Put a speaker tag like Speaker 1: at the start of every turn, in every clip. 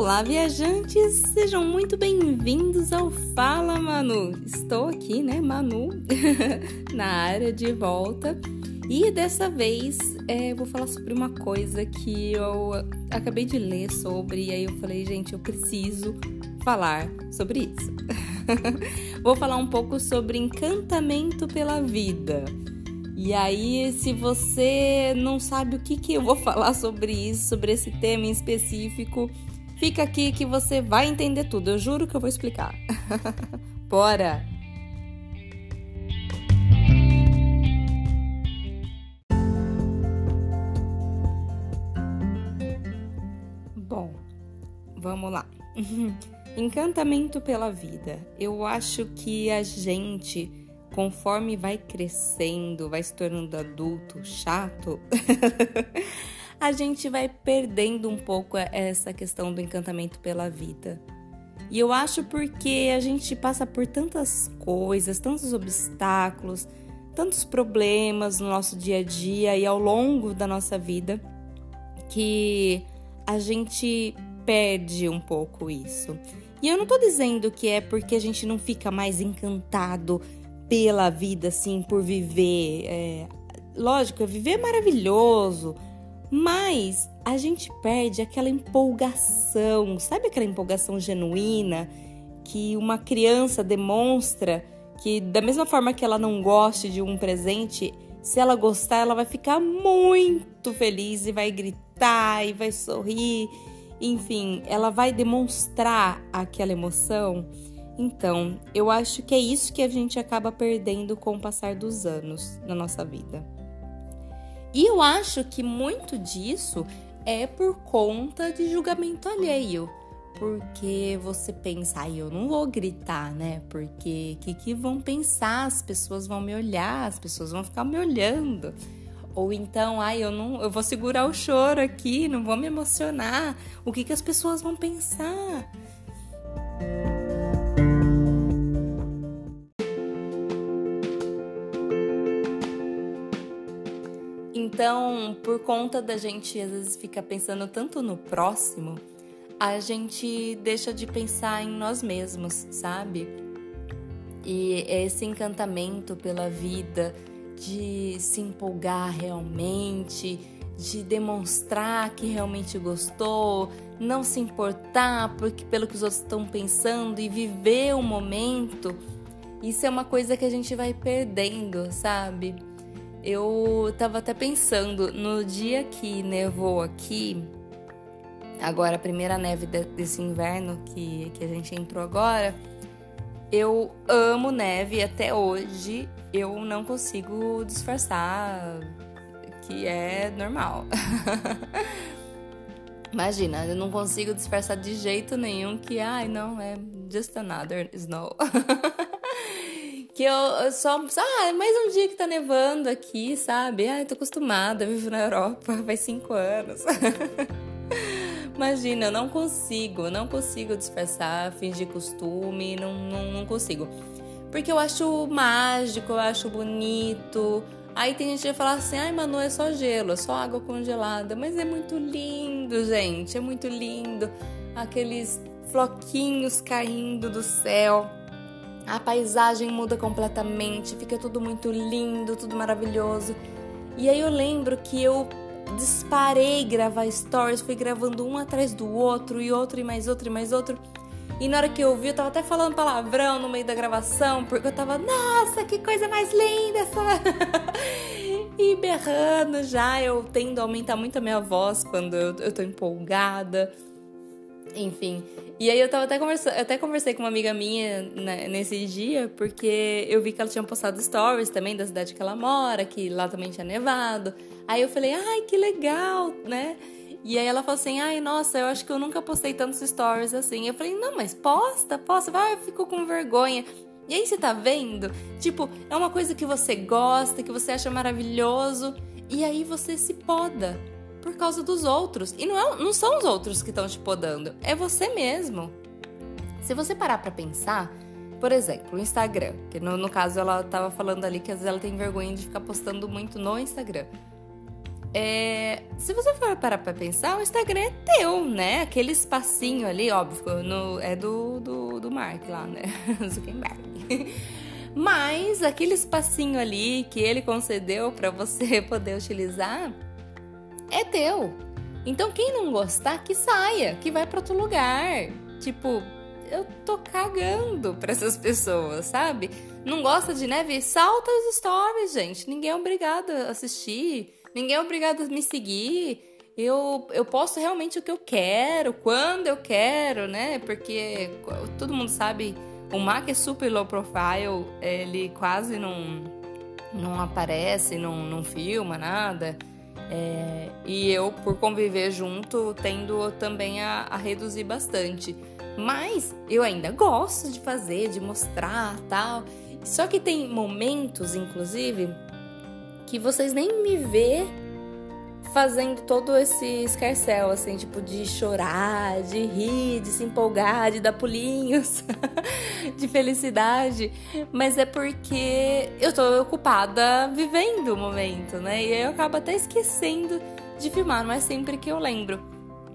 Speaker 1: Olá, viajantes! Sejam muito bem-vindos ao Fala Manu! Estou aqui, né, Manu, na área de volta. E dessa vez vou falar sobre uma coisa que eu acabei de ler sobre. E aí eu falei, gente, eu preciso falar sobre isso. Vou falar um pouco sobre encantamento pela vida. E aí, se você não sabe o que eu vou falar sobre isso, sobre esse tema em específico, fica aqui que você vai entender tudo. Eu juro que eu vou explicar. Bora! Bom, vamos lá. Encantamento pela vida. Eu acho que a gente, conforme vai crescendo, vai se tornando adulto, chato, a gente vai perdendo um pouco essa questão do encantamento pela vida. E eu acho porque a gente passa por tantas coisas, tantos obstáculos, tantos problemas no nosso dia a dia e ao longo da nossa vida, que a gente perde um pouco isso. E eu não tô dizendo que é porque a gente não fica mais encantado pela vida, assim, por viver. Lógico, viver é maravilhoso, mas a gente perde aquela empolgação, sabe aquela empolgação genuína que uma criança demonstra que, da mesma forma que ela não goste de um presente, se ela gostar, ela vai ficar muito feliz e vai gritar e vai sorrir. Enfim, ela vai demonstrar aquela emoção. Então, eu acho que é isso que a gente acaba perdendo com o passar dos anos na nossa vida. E eu acho que muito disso é por conta de julgamento alheio. Porque você pensa, eu não vou gritar, né? Porque o que vão pensar? As pessoas vão me olhar, as pessoas vão ficar me olhando. Ou então, eu vou segurar o choro aqui, não vou me emocionar. O que as pessoas vão pensar? Então, por conta da gente às vezes ficar pensando tanto no próximo, a gente deixa de pensar em nós mesmos, sabe? E esse encantamento pela vida, de se empolgar realmente, de demonstrar que realmente gostou, não se importar pelo que os outros estão pensando e viver o momento, isso é uma coisa que a gente vai perdendo, sabe? Eu tava até pensando, no dia que nevou aqui, agora a primeira neve desse inverno que a gente entrou agora, eu amo neve e até hoje eu não consigo disfarçar que é normal. Imagina, eu não consigo disfarçar de jeito nenhum que, não, é just another snow. Que eu só, mais um dia que tá nevando aqui, sabe? Tô acostumada, eu vivo na Europa faz 5 anos. Imagina, eu não consigo disfarçar, fingir costume, não consigo. Porque eu acho mágico, eu acho bonito. Aí tem gente que vai falar assim, Manu, é só gelo, é só água congelada. Mas é muito lindo, gente, é muito lindo. Aqueles floquinhos caindo do céu. A paisagem muda completamente, fica tudo muito lindo, tudo maravilhoso. E aí eu lembro que eu disparei gravar stories, fui gravando um atrás do outro, e outro, e mais outro, e mais outro. E na hora que eu vi, eu tava até falando palavrão no meio da gravação, porque eu tava, nossa, que coisa mais linda essa... E berrando já, eu tendo a aumentar muito a minha voz quando eu tô empolgada. Enfim, e aí eu até conversei com uma amiga minha nesse dia, porque eu vi que ela tinha postado stories também da cidade que ela mora, que lá também tinha nevado. Aí eu falei, que legal, né? E aí ela falou assim, nossa, eu acho que eu nunca postei tantos stories assim. Eu falei, não, mas posta, vai, eu fico com vergonha. E aí você tá vendo? Tipo, é uma coisa que você gosta, que você acha maravilhoso, e aí você se poda por causa dos outros. E não são os outros que estão te podando, é você mesmo. Se você parar pra pensar, por exemplo, o Instagram, que no caso ela tava falando ali que às vezes ela tem vergonha de ficar postando muito no Instagram. Se você for parar pra pensar, o Instagram é teu, né? Aquele espacinho ali, óbvio, é do Mark lá, né? Zuckerberg. Mas aquele espacinho ali que ele concedeu pra você poder utilizar é teu. Então quem não gostar, que saia, que vai pra outro lugar. Tipo, eu tô cagando pra essas pessoas, sabe? Não gosta de neve? Salta os stories, gente. Ninguém é obrigado a assistir. Ninguém é obrigado a me seguir. Eu posto realmente o que eu quero, quando eu quero, né? Porque todo mundo sabe, o Mac é super low profile, ele quase não aparece, não filma nada. E eu, por conviver junto, tendo também a reduzir bastante. Mas eu ainda gosto de fazer, de mostrar, tal. Só que tem momentos, inclusive, que vocês nem me vê fazendo todo esse escarcéu, assim, tipo, de chorar, de rir, de se empolgar, de dar pulinhos, de felicidade. Mas é porque eu tô ocupada vivendo o momento, né? E aí eu acabo até esquecendo de filmar, não é sempre que eu lembro.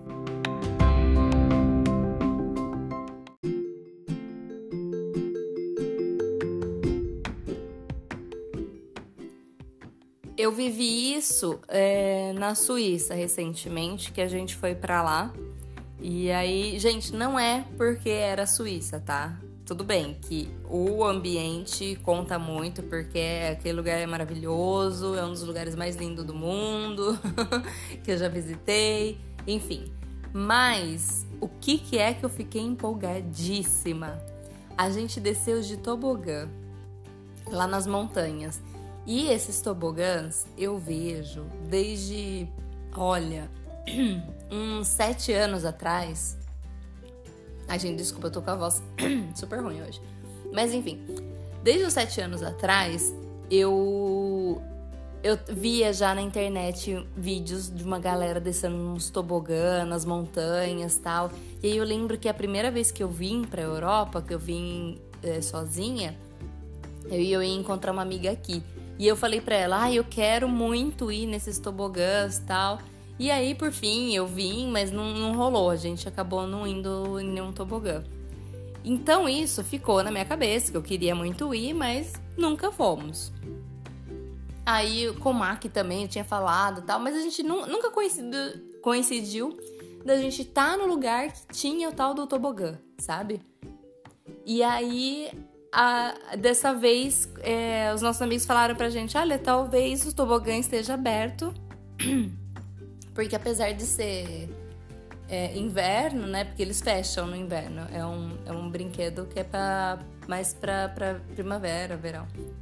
Speaker 1: Eu vivi isso na Suíça recentemente, que a gente foi pra lá. E aí, gente, não é porque era Suíça, tá? Tudo bem que o ambiente conta muito, porque aquele lugar é maravilhoso, é um dos lugares mais lindos do mundo, que eu já visitei, enfim. Mas o que é que eu fiquei empolgadíssima? A gente desceu de tobogã lá nas montanhas. E esses tobogãs eu vejo desde, olha, uns 7 anos atrás. Ai, gente, desculpa, eu tô com a voz super ruim hoje. Mas enfim, desde os 7 anos atrás, eu via já na internet vídeos de uma galera descendo nos tobogã, nas montanhas e tal. E aí eu lembro que a primeira vez que eu vim pra Europa, que eu vim sozinha, eu ia encontrar uma amiga aqui. E eu falei pra ela, eu quero muito ir nesses tobogãs e tal. E aí, por fim, eu vim, mas não rolou. A gente acabou não indo em nenhum tobogã. Então isso ficou na minha cabeça, que eu queria muito ir, mas nunca fomos. Aí com o Mac também eu tinha falado e tal, mas a gente nunca coincidiu da gente estar no lugar que tinha o tal do tobogã, sabe? E aí... dessa vez, os nossos amigos falaram pra gente, olha, talvez o tobogã esteja aberto, porque apesar de ser inverno, né, porque eles fecham no inverno, é um brinquedo que é mais pra primavera, verão.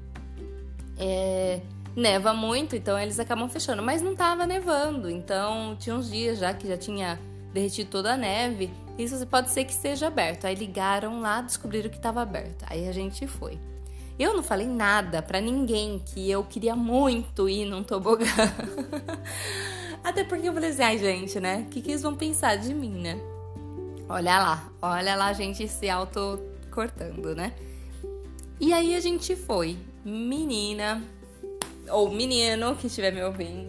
Speaker 1: Neva muito, então eles acabam fechando, mas não tava nevando, então tinha uns dias já que já tinha derretido toda a neve. Isso pode ser que esteja aberto. Aí ligaram lá, descobriram que estava aberto. Aí a gente foi. Eu não falei nada pra ninguém que eu queria muito ir num tobogã. Até porque eu falei assim, ai gente, né? O que eles vão pensar de mim, né? Olha lá, a gente se auto-cortando, né? E aí a gente foi. Menina, ou menino que estiver me ouvindo...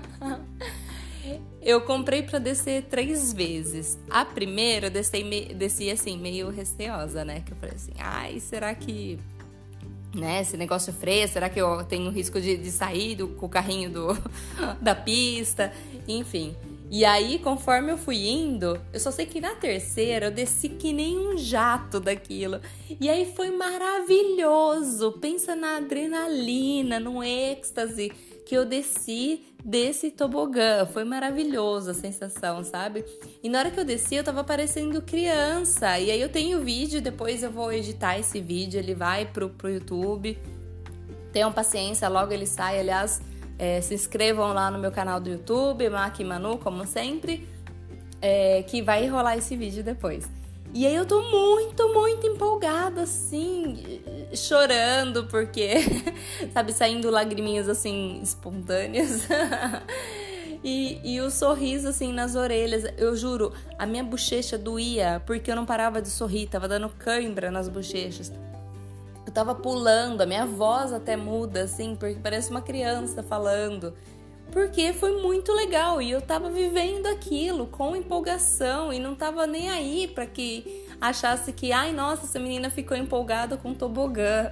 Speaker 1: Eu comprei pra descer 3 vezes. A primeira eu desci assim, meio receosa, né? Que eu falei assim, ai, será que... né, esse negócio freia, será que eu tenho risco de sair com o carrinho da pista? Enfim. E aí, conforme eu fui indo, eu só sei que na terceira eu desci que nem um jato daquilo. E aí foi maravilhoso. Pensa na adrenalina, no êxtase que eu desci desse tobogã. Foi maravilhoso a sensação, sabe? E na hora que eu desci, eu tava parecendo criança. E aí eu tenho vídeo, depois eu vou editar esse vídeo, ele vai pro YouTube. Tenham paciência, logo ele sai. Aliás, se inscrevam lá no meu canal do YouTube, Mac e Manu, como sempre, que vai rolar esse vídeo depois. E aí eu tô muito, muito empolgada, assim, chorando, porque, sabe, saindo lagriminhas, assim, espontâneas. E o sorriso, assim, nas orelhas. Eu juro, a minha bochecha doía, porque eu não parava de sorrir, tava dando cãibra nas bochechas. Eu tava pulando, a minha voz até muda, assim, porque parece uma criança falando. porque foi muito legal e eu tava vivendo aquilo com empolgação e não tava nem aí pra que achasse que, ai, nossa, essa menina ficou empolgada com tobogã.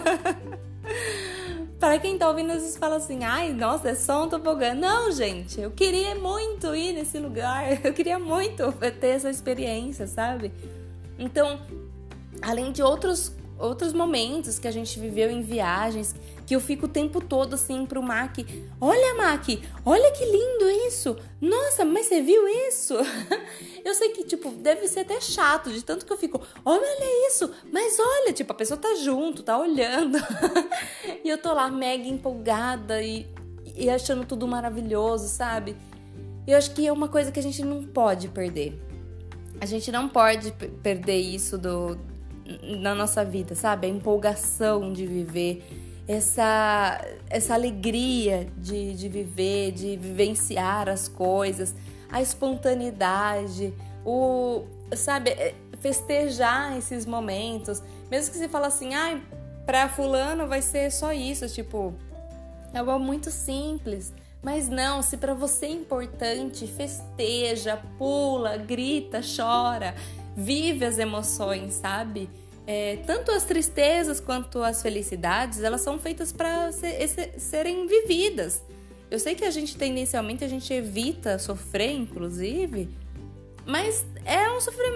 Speaker 1: Para quem tá ouvindo, às vezes fala assim, ai, nossa, é só um tobogã. Não, gente, eu queria muito ir nesse lugar, eu queria muito ter essa experiência, sabe? Então, além de outros momentos que a gente viveu em viagens, que eu fico o tempo todo assim pro Mac, olha que lindo isso, nossa, mas você viu isso? Eu sei que, tipo, deve ser até chato, de tanto que eu fico, olha isso, mas olha, tipo, a pessoa tá junto, tá olhando, e eu tô lá mega empolgada e achando tudo maravilhoso, sabe? E eu acho que é uma coisa que a gente não pode perder. A gente não pode perder isso na nossa vida, sabe? A empolgação de viver, essa alegria de viver, de vivenciar as coisas, a espontaneidade, sabe? Festejar esses momentos. Mesmo que você fale assim, ai, pra fulano vai ser só isso, tipo, é algo muito simples. Mas não, se pra você é importante, festeja, pula, grita, chora, vive as emoções, sabe? Tanto as tristezas quanto as felicidades, elas são feitas para serem vividas. Eu sei que a gente, tendencialmente, a gente evita sofrer, inclusive, mas é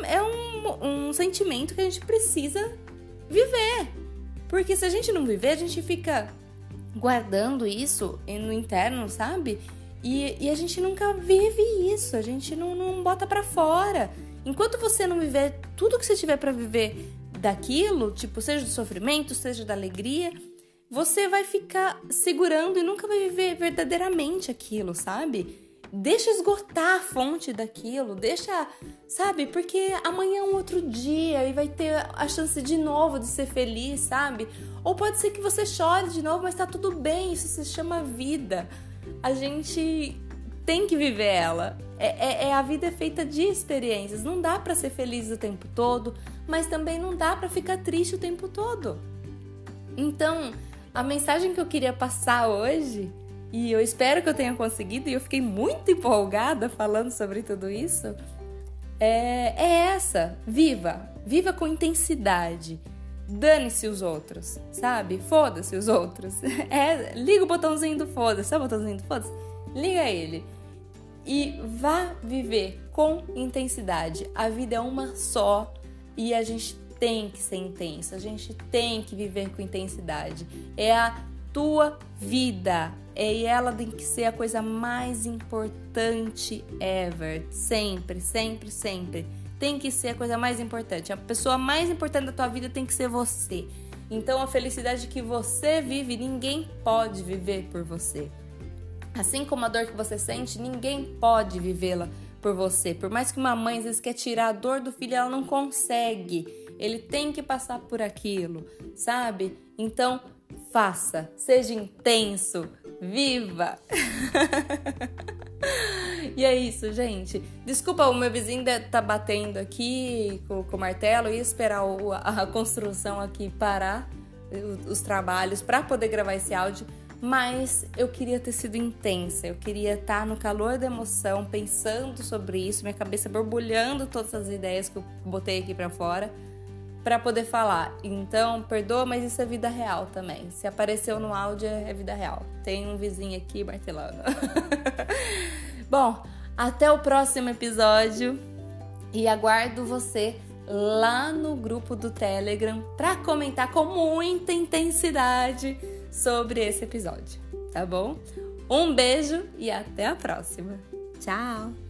Speaker 1: um sentimento que a gente precisa viver. Porque se a gente não viver, a gente fica guardando isso no interno, sabe? E a gente nunca vive isso, a gente não bota pra fora. Enquanto você não viver tudo que você tiver pra viver daquilo, tipo, seja do sofrimento, seja da alegria, você vai ficar segurando e nunca vai viver verdadeiramente aquilo, sabe? Deixa esgotar a fonte daquilo, deixa, sabe? Porque amanhã é um outro dia e vai ter a chance de novo de ser feliz, sabe? Ou pode ser que você chore de novo, mas tá tudo bem, isso se chama vida. A gente tem que viver ela. A vida é feita de experiências. Não dá pra ser feliz o tempo todo, mas também não dá pra ficar triste o tempo todo. Então, a mensagem que eu queria passar hoje, e eu espero que eu tenha conseguido, e eu fiquei muito empolgada falando sobre tudo isso, é essa. Viva com intensidade. Dane-se os outros, sabe? Foda-se os outros. Liga o botãozinho do foda-se. Sabe o botãozinho do foda-se? Liga ele. E vá viver com intensidade. A vida é uma só e a gente tem que ser intenso. A gente tem que viver com intensidade. É a tua vida. E ela tem que ser a coisa mais importante ever. Sempre, sempre, sempre. Tem que ser a coisa mais importante. A pessoa mais importante da tua vida tem que ser você. Então, a felicidade que você vive, ninguém pode viver por você. Assim como a dor que você sente, ninguém pode vivê-la por você. Por mais que uma mãe, às vezes, quer tirar a dor do filho, ela não consegue. Ele tem que passar por aquilo, sabe? Então, faça. Seja intenso. Viva! E é isso, gente. Desculpa, o meu vizinho tá batendo aqui com o martelo. Eu ia esperar a construção aqui parar, os trabalhos, para poder gravar esse áudio. Mas eu queria ter sido intensa. Eu queria estar no calor da emoção, pensando sobre isso, minha cabeça borbulhando todas as ideias que eu botei aqui para fora, para poder falar. Então, perdoa, mas isso é vida real também. Se apareceu no áudio, é vida real. Tem um vizinho aqui martelando. Bom, até o próximo episódio e aguardo você lá no grupo do Telegram para comentar com muita intensidade sobre esse episódio, tá bom? Um beijo e até a próxima. Tchau!